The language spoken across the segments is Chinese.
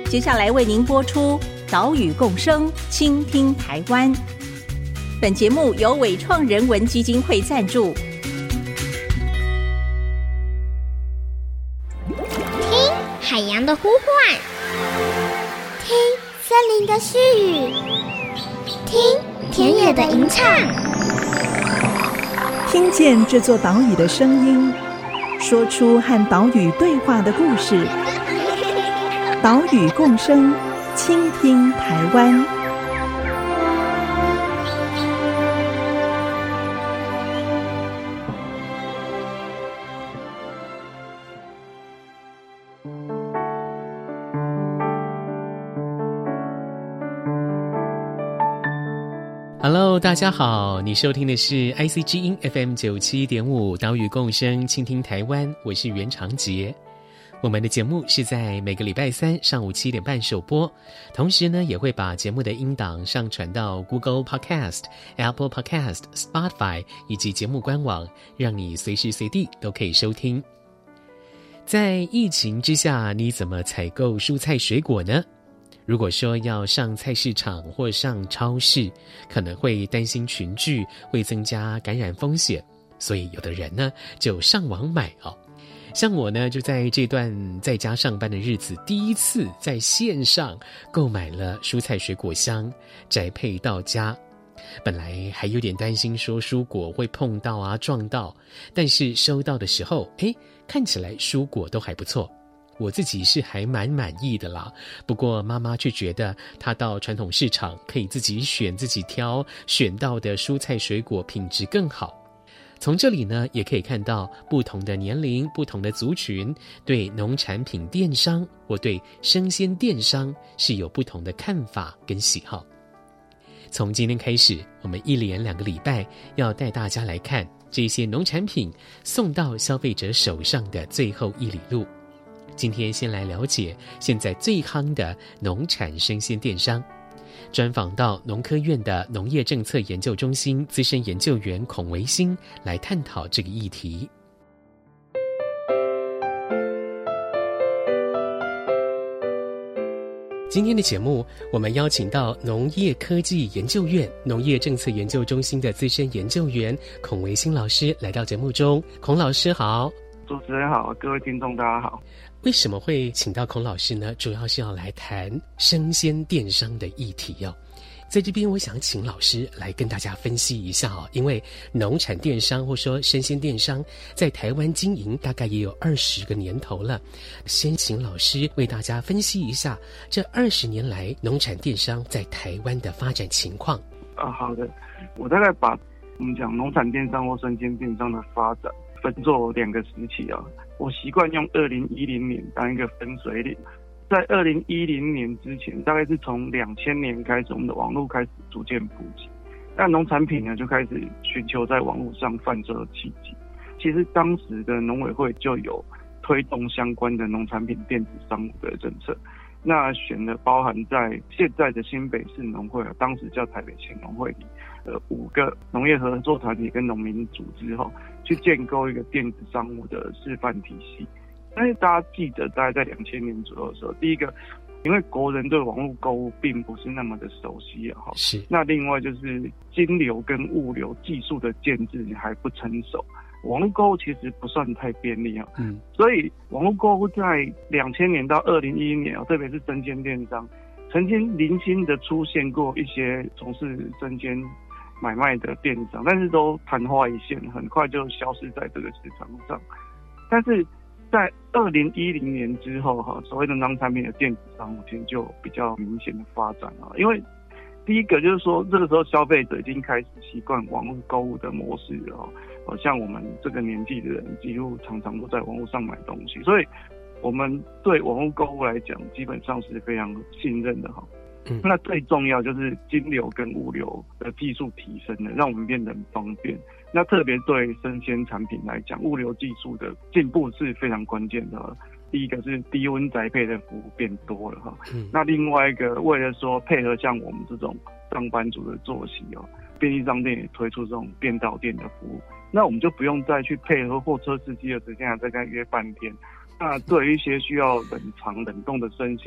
接下来为您播出岛屿共生，倾听台湾。本节目由伟创人文基金会赞助。 听海洋的呼唤，听森林的絮语，听田野的吟唱， 听见这座岛屿的声音，说出和岛屿对话的故事。岛屿共生，倾听台湾。 Hello， 大家好，你收听的是 IC 之音 FM 97.5岛屿共生，倾听台湾，我是袁长杰。我们的节目是在每个礼拜三上午7点半首播，同时呢也会把节目的音档上传到 Google Podcast、Apple Podcast、Spotify 以及节目官网，让你随时随地都可以收听。在疫情之下，你怎么采购蔬菜水果呢？如果说要上菜市场或上超市，可能会担心群聚会增加感染风险，所以有的人呢就上网买哦。像我呢，就在这段在家上班的日子，第一次在线上购买了蔬菜水果箱，宅配到家。本来还有点担心说蔬果会碰到啊撞到，但是收到的时候，看起来蔬果都还不错。我自己是还蛮满意的啦，不过妈妈却觉得她到传统市场可以自己选自己挑，选到的蔬菜水果品质更好。从这里呢，也可以看到不同的年龄、不同的族群对农产品电商或对生鲜电商是有不同的看法跟喜好。从今天开始，我们一连2个礼拜要带大家来看这些农产品送到消费者手上的最后1里路。今天先来了解现在最夯的农产生鲜电商，专访到农科院的农业政策研究中心资深研究员孔维新来探讨这个议题。今天的节目，我们邀请到农业科技研究院农业政策研究中心的资深研究员孔维新老师来到节目中。孔老师好。 主持人好，各位听众大家好。 为什么会请到孔老师呢？主要是要来谈生鲜电商的议题哦。在这边我想请老师来跟大家分析一下哦，因为农产电商或说生鲜电商在台湾经营大概也有20个年头了，先请老师为大家分析一下这20年来农产电商在台湾的发展情况。 好的，我大概把我们讲农产电商或生鲜电商的发展分作2个时期啊。我习惯用2010年当一个分水岭。在2010年之前，大概是从2000年开始，我们的网络开始逐渐普及，那农产品呢就开始寻求在网络上贩售的契机。其实当时的农委会就有推动相关的农产品电子商务的政策，那选了包含在现在的新北市农会当时叫台北县农会里5个农业合作团体跟农民组织去建构一个电子商务的示范体系。但是大家记得大概在2000年左右的时候，第一个因为国人对网络购物并不是那么的熟悉是。 那另外就是金流跟物流技术的建制还不成熟，网络购物其实不算太便利所以网络购物在2000年到2011年特别是生鲜电商曾经零星的出现过一些从事生鲜买卖的电商，但是都昙花一现，很快就消失在这个市场上。但是在2010年之后所谓的农产品的电子商务其实就比较明显的发展因为第一个就是说这个时候消费者已经开始习惯网络购物的模式了像我们这个年纪的人几乎常常都在网络上买东西，所以我们对网络购物来讲基本上是非常信任的那最重要就是金流跟物流的技术提升了，让我们变得很方便。那特别对生鲜产品来讲，物流技术的进步是非常关键的。第一个是低温宅配的服务变多了那另外一个为了说配合像我们这种上班族的作息便利商店也推出这种便到店的服务，那我们就不用再去配合货车司机的时间，还在跟他约半天。那对于一些需要冷藏冷冻的生鲜，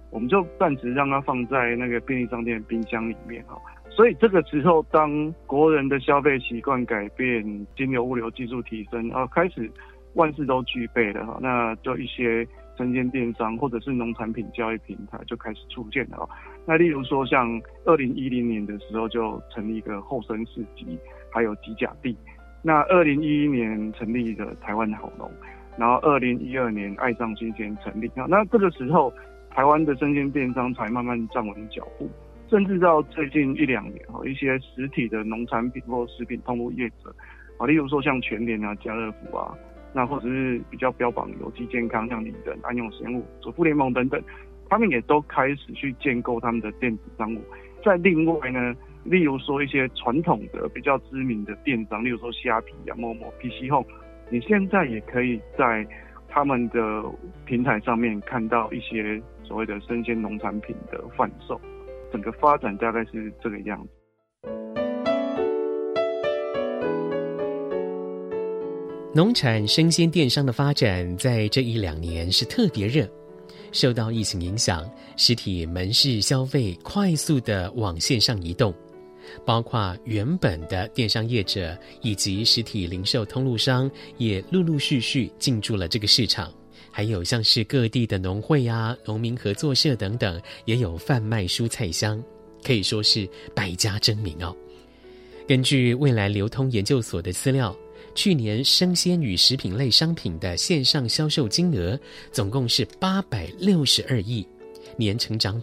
我们就暂时让它放在那个便利商店的冰箱里面哈。所以这个时候，当国人的消费习惯改变，金流物流技术提升，开始万事都具备了哈，那就一些生鲜电商或者是农产品交易平台就开始出现了。那例如说，像2010年的时候就成立一个厚生市集，还有吉甲地。那2011年成立的台湾好农，然后2012年爱上新鲜成立。那这个时候，台湾的生鲜电商才慢慢站稳脚步。甚至到最近1-2年，一些实体的农产品或食品通路业者，例如说像全联啊、家乐福啊，那或者是比较标榜有机健康，像里仁、安永鲜物、主妇联盟等等，他们也都开始去建构他们的电子商务。在另外呢，例如说一些传统的比较知名的电商，例如说虾皮啊、陌陌、PC Home， 你现在也可以在他们的平台上面看到一些所谓的生鲜农产品的贩售。整个发展大概是这个样子。 农产生鲜电商的发展在这1-2年是特别热，受到疫情影响，实体门市消费快速的往线上移动，包括原本的电商业者以及实体零售通路商也陆陆续续进驻了这个市场。还有像是各地的农会啊、农民合作社等等，也有贩卖蔬菜箱，可以说是百家争鸣哦。根据未来流通研究所的资料，去年生鲜与食品类商品的线上销售金额总共是862亿，年成长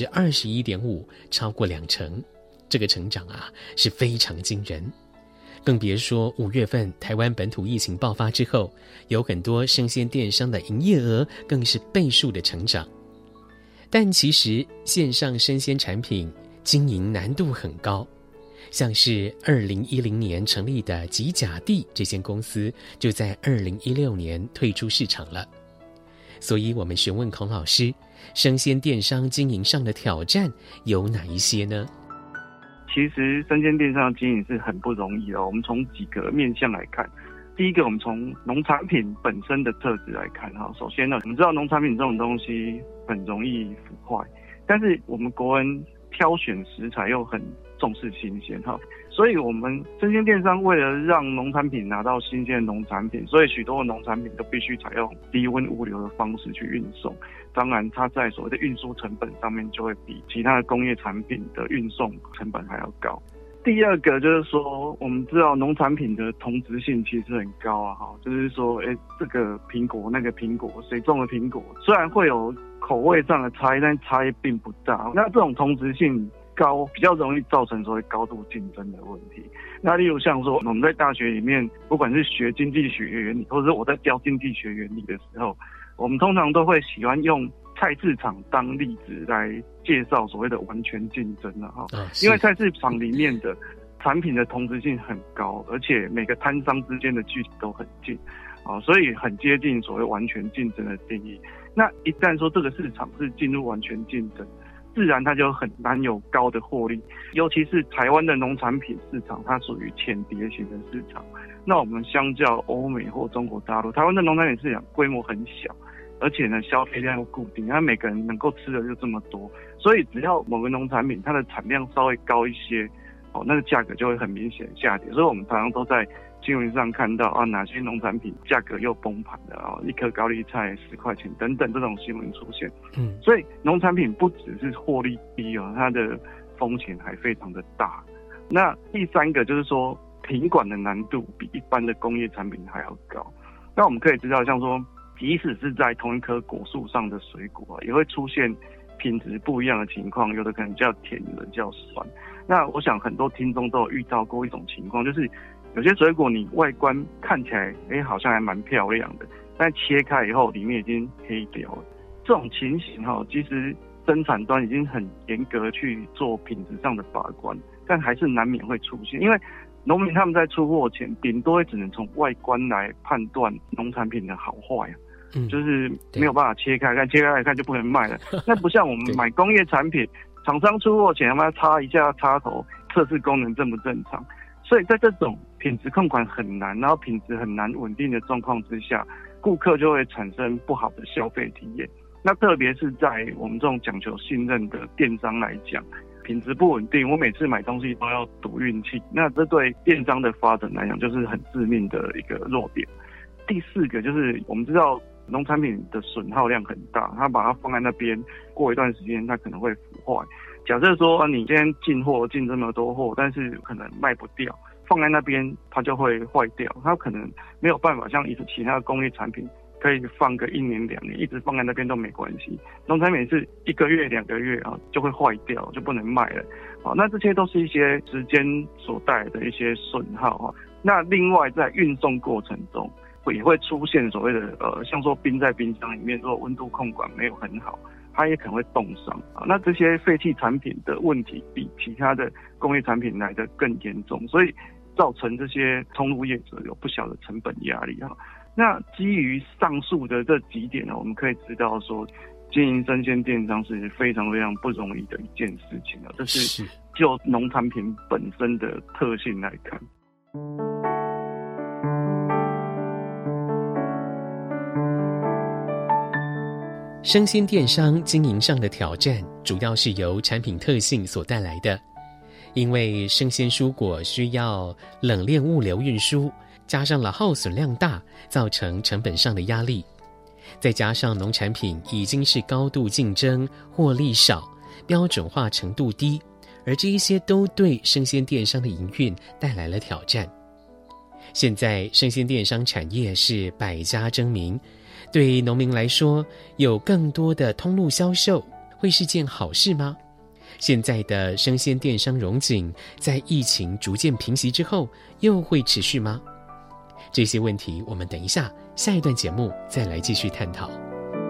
21.5%，超过20%。这个成长是非常惊人。更别说5月份台湾本土疫情爆发之后，有很多生鲜电商的营业额更是倍数的成长。但其实线上生鲜产品经营难度很高，像是2010年成立的吉甲地这间公司，就在2016年退出市场了。所以我们询问孔老师，生鲜电商经营上的挑战有哪一些呢？ 其实生鲜电商的经营是很不容易的，我们从几个面向来看。第一个，我们从农产品本身的特质来看哈。首先呢，我们知道农产品这种东西很容易腐坏，但是我们国人挑选食材又很重视新鲜哈，所以我们生鲜电商为了让农产品拿到新鲜的农产品，所以许多的农产品都必须采用低温物流的方式去运送。当然，它在所谓的运输成本上面就会比其他的工业产品的运送成本还要高。第二个就是说，我们知道农产品的同质性其实很高啊，就是说，这个苹果那个苹果，谁种的苹果，虽然会有口味上的差异，但差异并不大。那这种同质性高，比较容易造成所谓高度竞争的问题。那例如像说，我们在大学里面，不管是学经济学原理，或者是我在教经济学原理的时候，我们通常都会喜欢用菜市场当例子来介绍所谓的完全竞争哈，因为菜市场里面的产品的同质性很高，而且每个摊商之间的距离都很近，所以很接近所谓完全竞争的定义。那一旦说这个市场是进入完全竞争，自然它就很难有高的获利，尤其是台湾的农产品市场，它属于浅碟型的市场。那我们相较欧美或中国大陆，台湾的农产品市场规模很小，而且呢消费量又固定，那每个人能够吃的就这么多，所以只要某个农产品它的产量稍微高一些，那个价格就会很明显下跌。所以我们常常都在新闻上看到哪些农产品价格又崩盘了一颗高丽菜10块钱等等这种新闻出现。所以农产品不只是获利低它的风险还非常的大。那第三个就是说，品管的难度比一般的工业产品还要高。那我们可以知道，像说即使是在同一棵果树上的水果也会出现品质不一样的情况，有的可能叫甜，有的叫酸。那我想很多听众都有遇到过一种情况，就是有些水果你外观看起来好像还蛮漂亮的，但切开以后里面已经黑掉了。这种情形其实生产端已经很严格去做品质上的把关，但还是难免会出现。因为农民他们在出货前顶多只能从外观来判断农产品的好坏就是没有办法切开看，切开来看就不能卖了。那不像我们买工业产品，厂商出货前他们插一下插头，测试功能正不正常。所以在这种品质控管很难，然后品质很难稳定的状况之下，顾客就会产生不好的消费体验。 那特别是在我们这种讲求信任的电商来讲，品质不稳定，我每次买东西都要赌运气，那这对电商的发展来讲就是很致命的一个弱点。第4个就是我们知道农产品的损耗量很大，它把它放在那边，过一段时间它可能会腐坏。假设说你今天进货进这么多货，但是可能卖不掉，放在那边它就会坏掉，它可能没有办法像其他的工业产品可以放个1年2年，一直放在那边都没关系。农产品是1个月2个月就会坏掉，就不能卖了。那这些都是一些时间所带来的一些损耗。那另外在运送过程中也会出现所谓的像说冰在冰箱里面，说温度控管没有很好，它也可能会冻伤。那这些废弃产品的问题比其他的工业产品来得更严重，所以造成这些通路业者有不小的成本压力。那基于上述的这几点呢，我们可以知道说，经营生鲜电商是非常非常不容易的一件事情。这是就农产品本身的特性来看。 生鲜电商经营上的挑战，主要是由产品特性所带来的。因为生鲜蔬果需要冷链物流运输，加上了耗损量大，造成成本上的压力。再加上农产品已经是高度竞争，获利少，标准化程度低，而这一些都对生鲜电商的营运带来了挑战。现在生鲜电商产业是百家争鸣，对农民来说，有更多的通路销售会是件好事吗？现在的生鲜电商荣景，在疫情逐渐平息之后，又会持续吗？这些问题，我们等一下下一段节目再来继续探讨。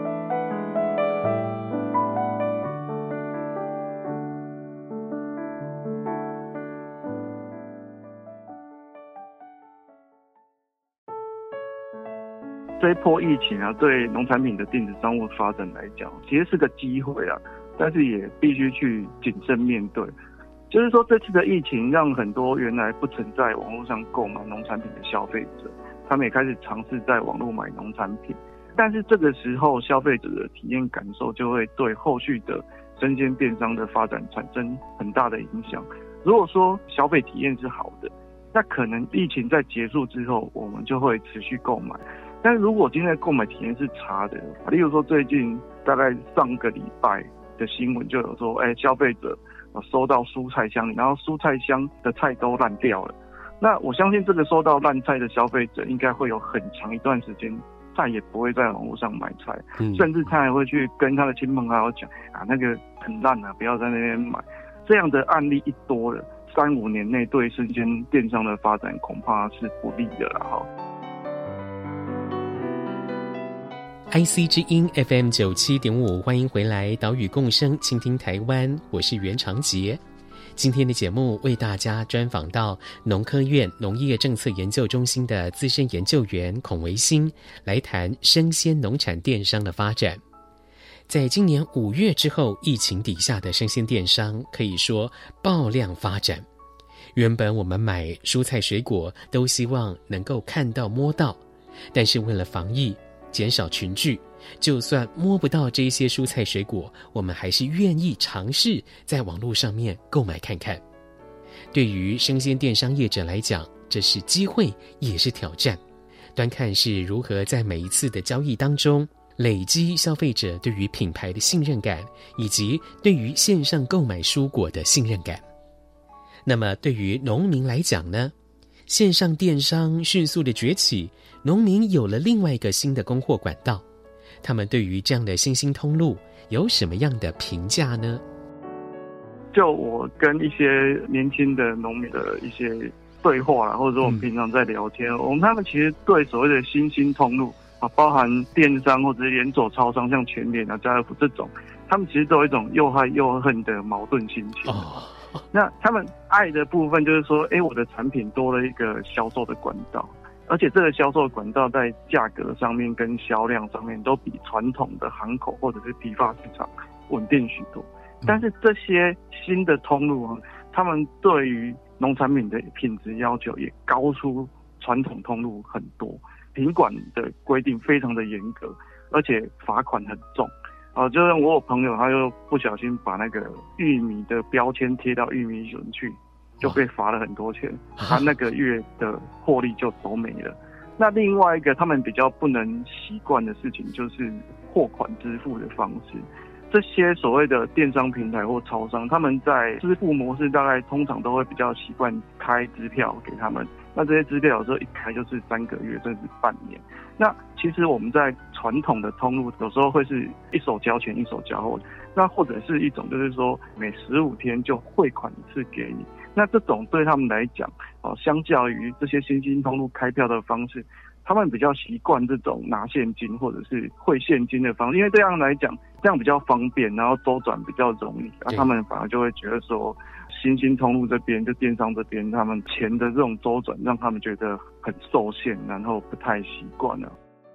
这一波疫情对农产品的电子商务发展来讲，其实是个机会但是也必须去谨慎面对。就是说，这次的疫情让很多原来不曾在网络上购买农产品的消费者，他们也开始尝试在网络买农产品。但是这个时候，消费者的体验感受就会对后续的生鲜电商的发展产生很大的影响。如果说消费体验是好的，那可能疫情在结束之后，我们就会持续购买。但是如果今天的购买体验是差的，例如说最近大概上个礼拜的新闻就有说，消费者收到蔬菜箱里，然后蔬菜箱的菜都烂掉了。那我相信这个收到烂菜的消费者，应该会有很长一段时间再也不会在网络上买菜，甚至他还会去跟他的亲朋好友讲那个很烂不要在那边买。这样的案例一多了，3-5年内对生鲜电商的发展恐怕是不利的啦。 IC 之音 FM 97.5，欢迎回来，岛屿共生，倾听台湾，我是袁长杰。今天的节目为大家专访到农科院农业政策研究中心的资深研究员孔维新，来谈生鲜农产电商的发展。在今年5月之后，疫情底下的生鲜电商可以说爆量发展。原本我们买蔬菜水果都希望能够看到摸到，但是为了防疫减少群聚，就算摸不到这些蔬菜水果，我们还是愿意尝试在网络上面购买看看。对于生鲜电商业者来讲，这是机会也是挑战，端看是如何在每一次的交易当中累积消费者对于品牌的信任感，以及对于线上购买蔬果的信任感。那么对于农民来讲呢，线上电商迅速的崛起，农民有了另外一个新的供货管道，他们对于这样的新兴通路有什么样的评价呢？ 就我跟一些年轻的农民的一些对话或者说我们平常在聊天，他们其实对所谓的新兴通路包含电商或者是连锁超商，像全联家乐福这种，他们其实都有一种又爱又恨的矛盾心情。那他们爱的部分就是说，我的产品多了一个销售的管道，而且这个销售管道在价格上面跟销量上面都比传统的行口或者是批发市场稳定许多。但是这些新的通路他们对于农产品的品质要求也高出传统通路很多，品管的规定非常的严格，而且罚款很重。 就是我有朋友他就不小心把那个玉米的标签贴到玉米笋去，就被罚了很多钱，他那个月的获利就都没了。那另外一个他们比较不能习惯的事情就是货款支付的方式。这些所谓的电商平台或超商，他们在支付模式大概通常都会比较习惯开支票给他们。那这些支票有时候一开就是3个月甚至半年。那其实我们在传统的通路有时候会是一手交钱一手交货，那或者是一种就是说每15天就汇款一次给你。那这种对他们来讲，相较于这些新兴通路开票的方式，他们比较习惯这种拿现金或者是汇现金的方式，因为这样来讲，这样比较方便，然后周转比较容易，他们反而就会觉得说，新兴通路这边就电商这边，他们钱的这种周转让他们觉得很受限，然后不太习惯了。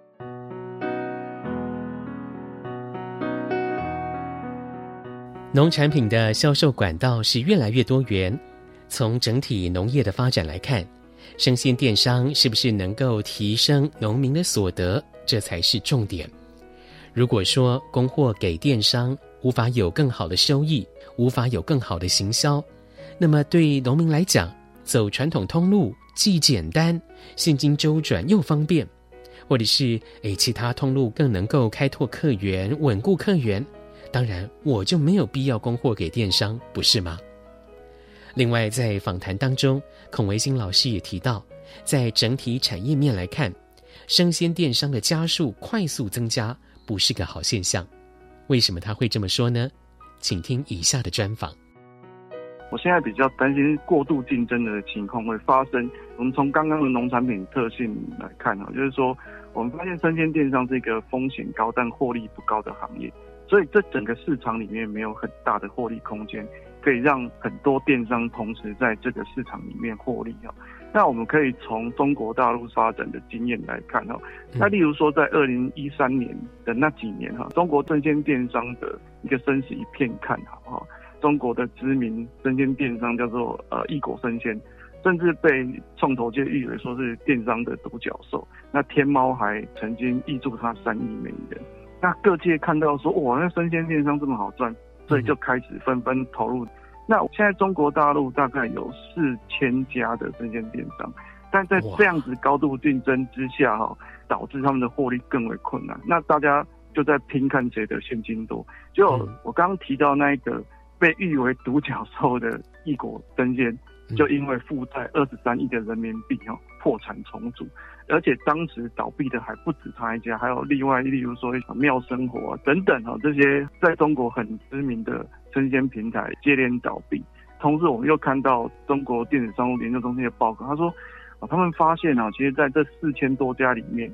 农产品的销售管道是越来越多元，从整体农业的发展来看，生鲜电商是不是能够提升农民的所得，这才是重点。如果说供货给电商无法有更好的收益，无法有更好的行销，那么对农民来讲，走传统通路既简单，现金周转又方便，或者是其他通路更能够开拓客源，稳固客源，当然我就没有必要供货给电商，不是吗？另外在访谈当中，孔维新老师也提到，在整体产业面来看，生鲜电商的家数快速增加不是个好现象。为什么他会这么说呢？请听以下的专访。 我现在比较担心过度竞争的情况会发生。我们从刚刚的农产品特性来看，就是说我们发现生鲜电商是一个风险高但获利不高的行业，所以这整个市场里面没有很大的获利空间，可以让很多电商同时在这个市场里面获利。那我们可以从中国大陆发展的经验来看，那例如说在2013年的那几年，中国生鲜电商的一个生死一片看好，中国的知名生鲜电商叫做易果生鲜，甚至被创投界誉为说是电商的独角兽。那天猫还曾经挹注它3亿美元。那各界看到说，哇，那生鲜电商这么好赚，所以就开始纷纷投入。那现在中国大陆大概有4000家的生鲜电商，但在这样子高度竞争之下，导致他们的获利更为困难。那大家就在拼看谁的现金多。就我刚刚提到那一个被誉为独角兽的易果生鲜，就因为负债23亿的人民币破产重组，而且当时倒闭的还不止他一家，还有例如说妙生活等等这些在中国很知名的生鲜平台接连倒闭。同时我们又看到中国电子商务研究中心的报告，他说他们发现其实在这4000多家里面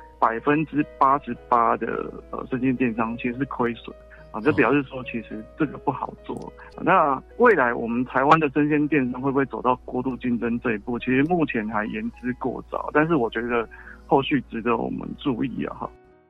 88%的生鲜电商其实是亏损。这表示说其实这个不好做。那未来我们台湾的生鲜电商会不会走到过度竞争这一步？其实目前还言之过早，但是我觉得后续值得我们注意啊。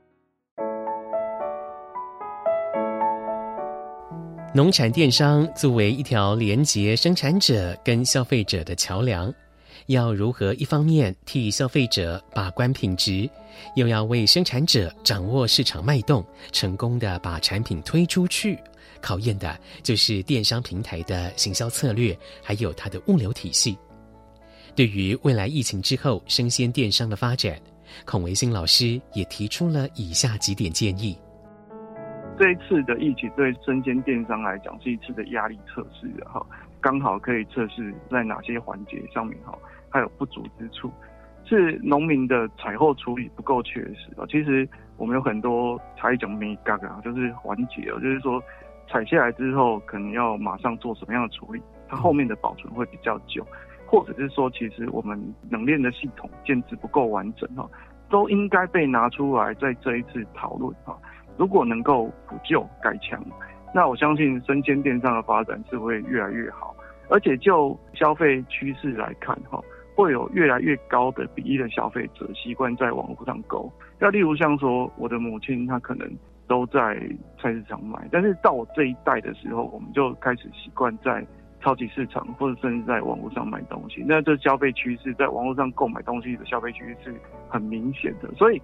农产电商作为一条连结生产者跟消费者的桥梁，要如何一方面替消费者把关品质，又要为生产者掌握市场脉动，成功的把产品推出去，考验的就是电商平台的行销策略，还有它的物流体系。对于未来疫情之后生鲜电商的发展，孔维新老师也提出了以下几点建议。 这一次的疫情对生鲜电商来讲是一次的压力测试，刚好可以测试在哪些环节上面还有不足之处。是农民的采后处理不够确实。其实我们有很多采一种美感就是环节，就是说采下来之后可能要马上做什么样的处理，它后面的保存会比较久，或者是说其实我们冷链的系统建制不够完整，都应该被拿出来在这一次讨论。如果能够补救改强，那我相信生鲜电商的发展是会越来越好。而且就消费趋势来看，会有越来越高的比例的消费者习惯在网络上购。那例如像说我的母亲，她可能都在菜市场买，但是到我这一代的时候，我们就开始习惯在超级市场或者甚至在网络上买东西。那这消费趋势，在网络上购买东西的消费趋势是很明显的。所以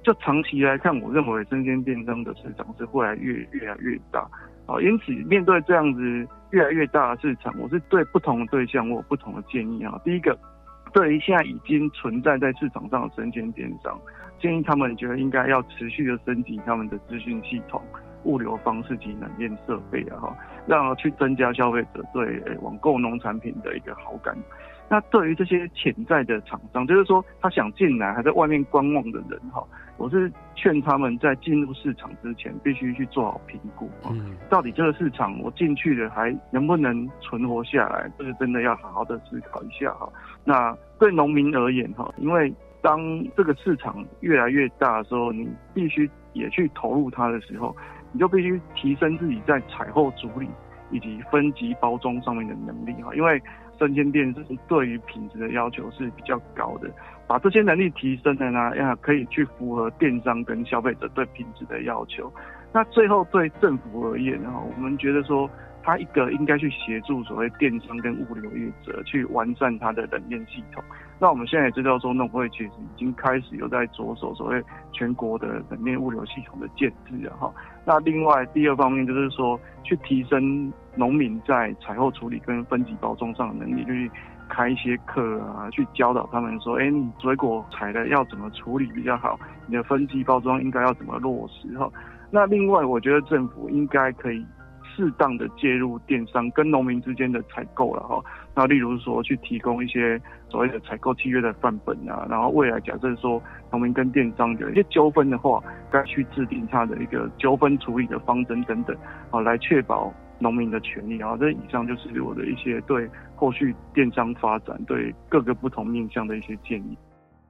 就长期来看，我认为生鲜电商的市场是会越来越大。因此面对这样子越来越大的市场，我是对不同的对象我有不同的建议第一个，对于现在已经存在在市场上的生鲜电商，建议他们觉得应该要持续的升级他们的资讯系统、物流方式及冷链设备让去增加消费者对网购农产品的一个好感。那对于这些潜在的厂商，就是说他想进来还在外面观望的人我是劝他们在进入市场之前必须去做好评估到底这个市场我进去了还能不能存活下来，这个真的要好好的思考一下那对农民而言因为当这个市场越来越大的时候，你必须也去投入它的时候，你就必须提升自己在采后处理以及分级包装上面的能力因为生鲜电商对于品质的要求是比较高的，把这些能力提升了呢，可以去符合电商跟消费者对品质的要求。那最后对政府而言我们觉得说他一个应该去协助所谓电商跟物流业者去完善它的冷链系统。那我们现在也知道说农会其实已经开始有在着手所谓全国的冷链物流系统的建制那另外第二方面就是说去提升农民在采后处理跟分级包装上的能力，去开一些课去教导他们说你水果采了要怎么处理比较好，你的分级包装应该要怎么落实那另外我觉得政府应该可以适当的介入电商跟农民之间的采购了那例如说去提供一些所谓的采购契约的范本然后未来假设说农民跟电商有一些纠纷的话，该去制定它的一个纠纷处理的方针等等来确保农民的权益这以上就是我的一些对后续电商发展对各个不同面向的一些建议。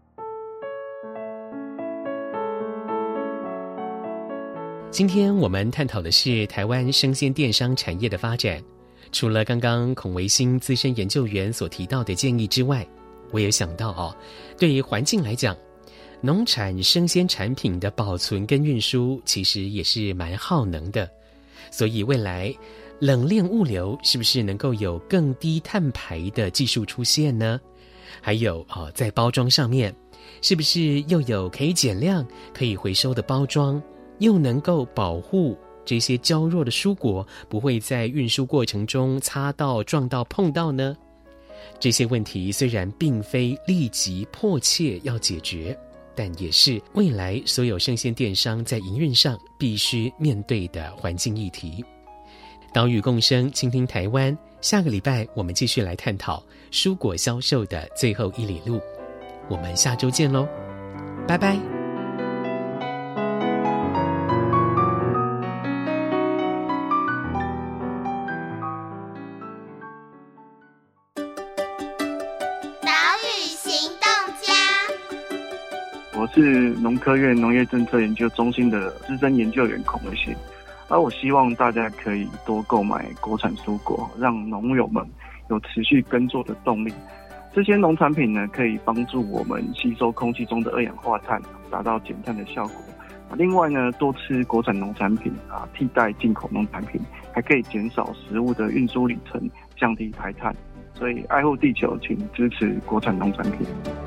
今天我们探讨的是台湾生鲜电商产业的发展。除了刚刚孔维新资深研究员所提到的建议之外，我也想到对于环境来讲，农产生鲜产品的保存跟运输其实也是蛮耗能的，所以未来冷链物流是不是能够有更低碳排的技术出现呢？还有在包装上面是不是又有可以减量可以回收的包装，又能够保护这些娇弱的蔬果不会在运输过程中擦到、撞到、碰到呢？这些问题虽然并非立即迫切要解决，但也是未来所有生鲜电商在营运上必须面对的环境议题。岛屿共生，倾听台湾，下个礼拜我们继续来探讨蔬果销售的最后一里路。我们下周见咯，拜拜。 我是农科院农业政策研究中心的资深研究员孔维新，我希望大家可以多购买国产蔬果，让农友们有持续耕作的动力。这些农产品呢，可以帮助我们吸收空气中的二氧化碳，达到减碳的效果。另外呢，多吃国产农产品替代进口农产品，还可以减少食物的运输里程，降低排碳。所以爱护地球，请支持国产农产品。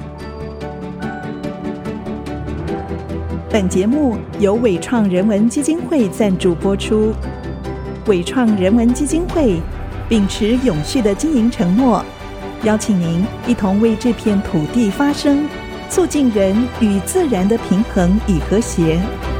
本节目由伟创人文基金会赞助播出。伟创人文基金会秉持永续的经营承诺，邀请您一同为这片土地发声，促进人与自然的平衡与和谐。